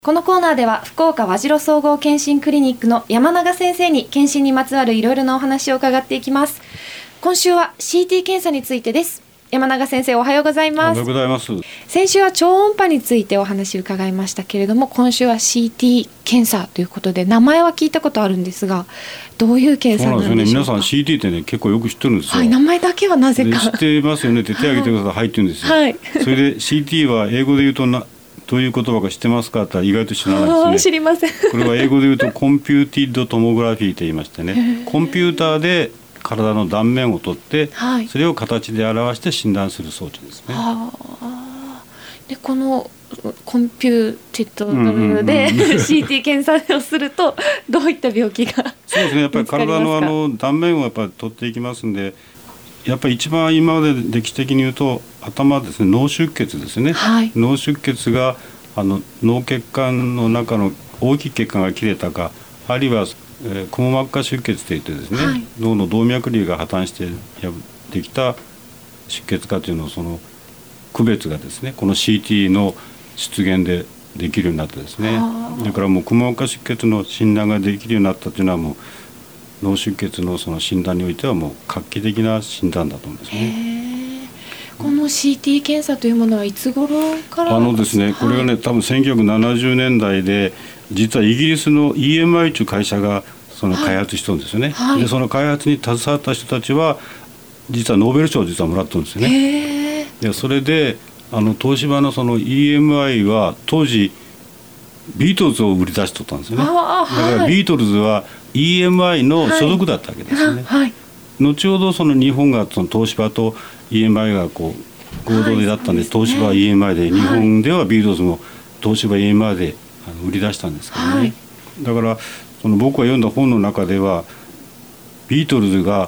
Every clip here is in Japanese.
このコーナーでは福岡和白総合健診クリニックの山永先生に健診にまつわるいろいろなお話を伺っていきます。今週は CT 検査についてです。山永先生、おはようございます。 おはようございます。 先週は超音波についてお話を伺いましたけれども、今週は CT 検査ということで、名前は聞いたことあるんですが、どういう検査なんでしょうか。 そうなんですよね。皆さん CT ってね、結構よく知ってるんですよ。 はい、名前だけはなぜか知ってますよねって手を挙げてください、はいって言うんですよ、 はい、 それで CT は英語で言うとどういう言葉か知ってますかって言ったら意外と知らないですね。 知りません。 これは英語で言うとコンピューティッドトモグラフィーと言いましてね、コンピューターで体の断面を取って、はい、それを形で表して診断する装置ですね。 でこのコンピューティッドで CT 検査をするとどういった病気がそうですね、やっぱり体の断面をやっぱり取っていきますんで、やっぱり一番今まで歴史的に言うと頭ですね、脳出血ですね、はい、脳出血が脳血管の中の大きい血管が切れたか、あるいはくも膜下出血といってですね、はい、脳の動脈瘤が破綻してできた出血かというのをその区別がですね、この CT の出現でできるようになってですね、だからもうくも膜下出血の診断ができるようになったというのはもう脳出血のその診断においてはもう画期的な診断だと思うんですね。 この CT 検査というものはいつ頃からですね、これがね、多分1970年代で実はイギリスの EMI という会社がその開発したんですよね、はい、でその開発に携わった人たちは実はノーベル賞を実はもらったんですよね。でそれで東芝のその EMI は当時ビートルズを売り出しとったんですよね。だからビートルズは EMI の所属だったわけですよね、はいはい、後ほどその日本がその東芝と EMI がこう合同でだったんで、東芝は EMI で、日本ではビートルズも東芝 EMI で売り出したんですけどね、はい、だからその僕が読んだ本の中ではビートルズが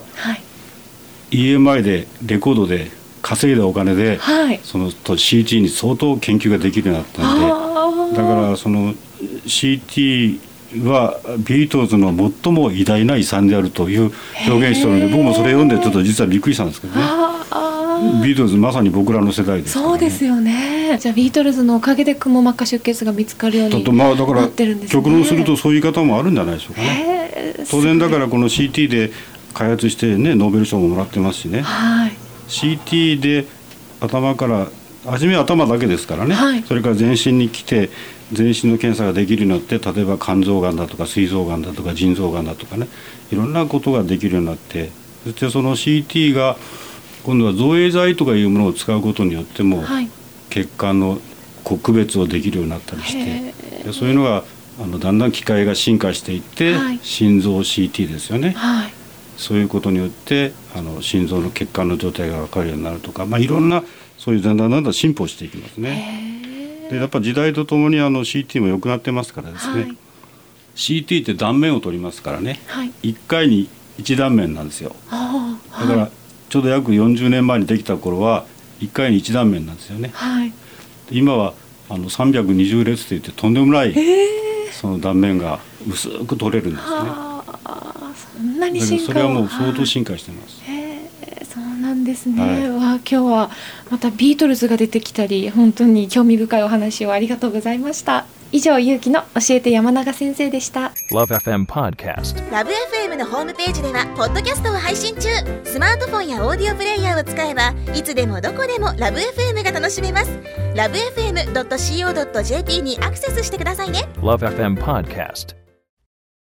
EMI でレコードで稼いだお金で、はい、その CT に相当研究ができるようになったんで、だからその CT はビートルズの最も偉大な遺産であるという表現してるので、僕もそれ読んでちょっと実はびっくりしたんですけどね。ビートルズまさに僕らの世代ですからね。 そうですよね。じゃあビートルズのおかげでくも膜下出血が見つかるようになってるんですね。 極論するとそういう言い方もあるんじゃないでしょうかね。当然だからこの CT で開発してね、ノーベル賞ももらってますしね、はい、CT で頭から初めは頭だけですからね、はい、それから全身に来て全身の検査ができるようになって、例えば肝臓がんだとか膵臓がんだとか腎臓がんだとかね、いろんなことができるようになって、そしてその CT が今度は造影剤とかいうものを使うことによっても、はい、血管の区別をできるようになったりして、でそういうのがだんだん機械が進化していって、はい、心臓 CT ですよね、はい、そういうことによって心臓の血管の状態が分かるようになるとか、いろんなそういうだんだん進歩していきますね。でやっぱ時代とともにCT も良くなってますからですね、はい、CT って断面を取りますからね、はい、1回に1断面なんですよ。だからちょうど約40年前にできた頃は1回に1断面なんですよね、はい、今は320列といってとんでもないその断面が薄く取れるんですね。 そんなに進化を、 それはもう相当進化してます。 そうなんですね、はい、今日はまたビートルズが出てきたり、本当に興味深いお話をありがとうございました。以上、ゆうきの教えて山永先生でした。 LoveFM Podcast。LoveFM のホームページではポッドキャストを配信中。スマートフォンやオーディオプレイヤーを使えばいつでもどこでも LoveFM が楽しめます。 LoveFM.co.jp にアクセスしてくださいね。 LoveFM Podcast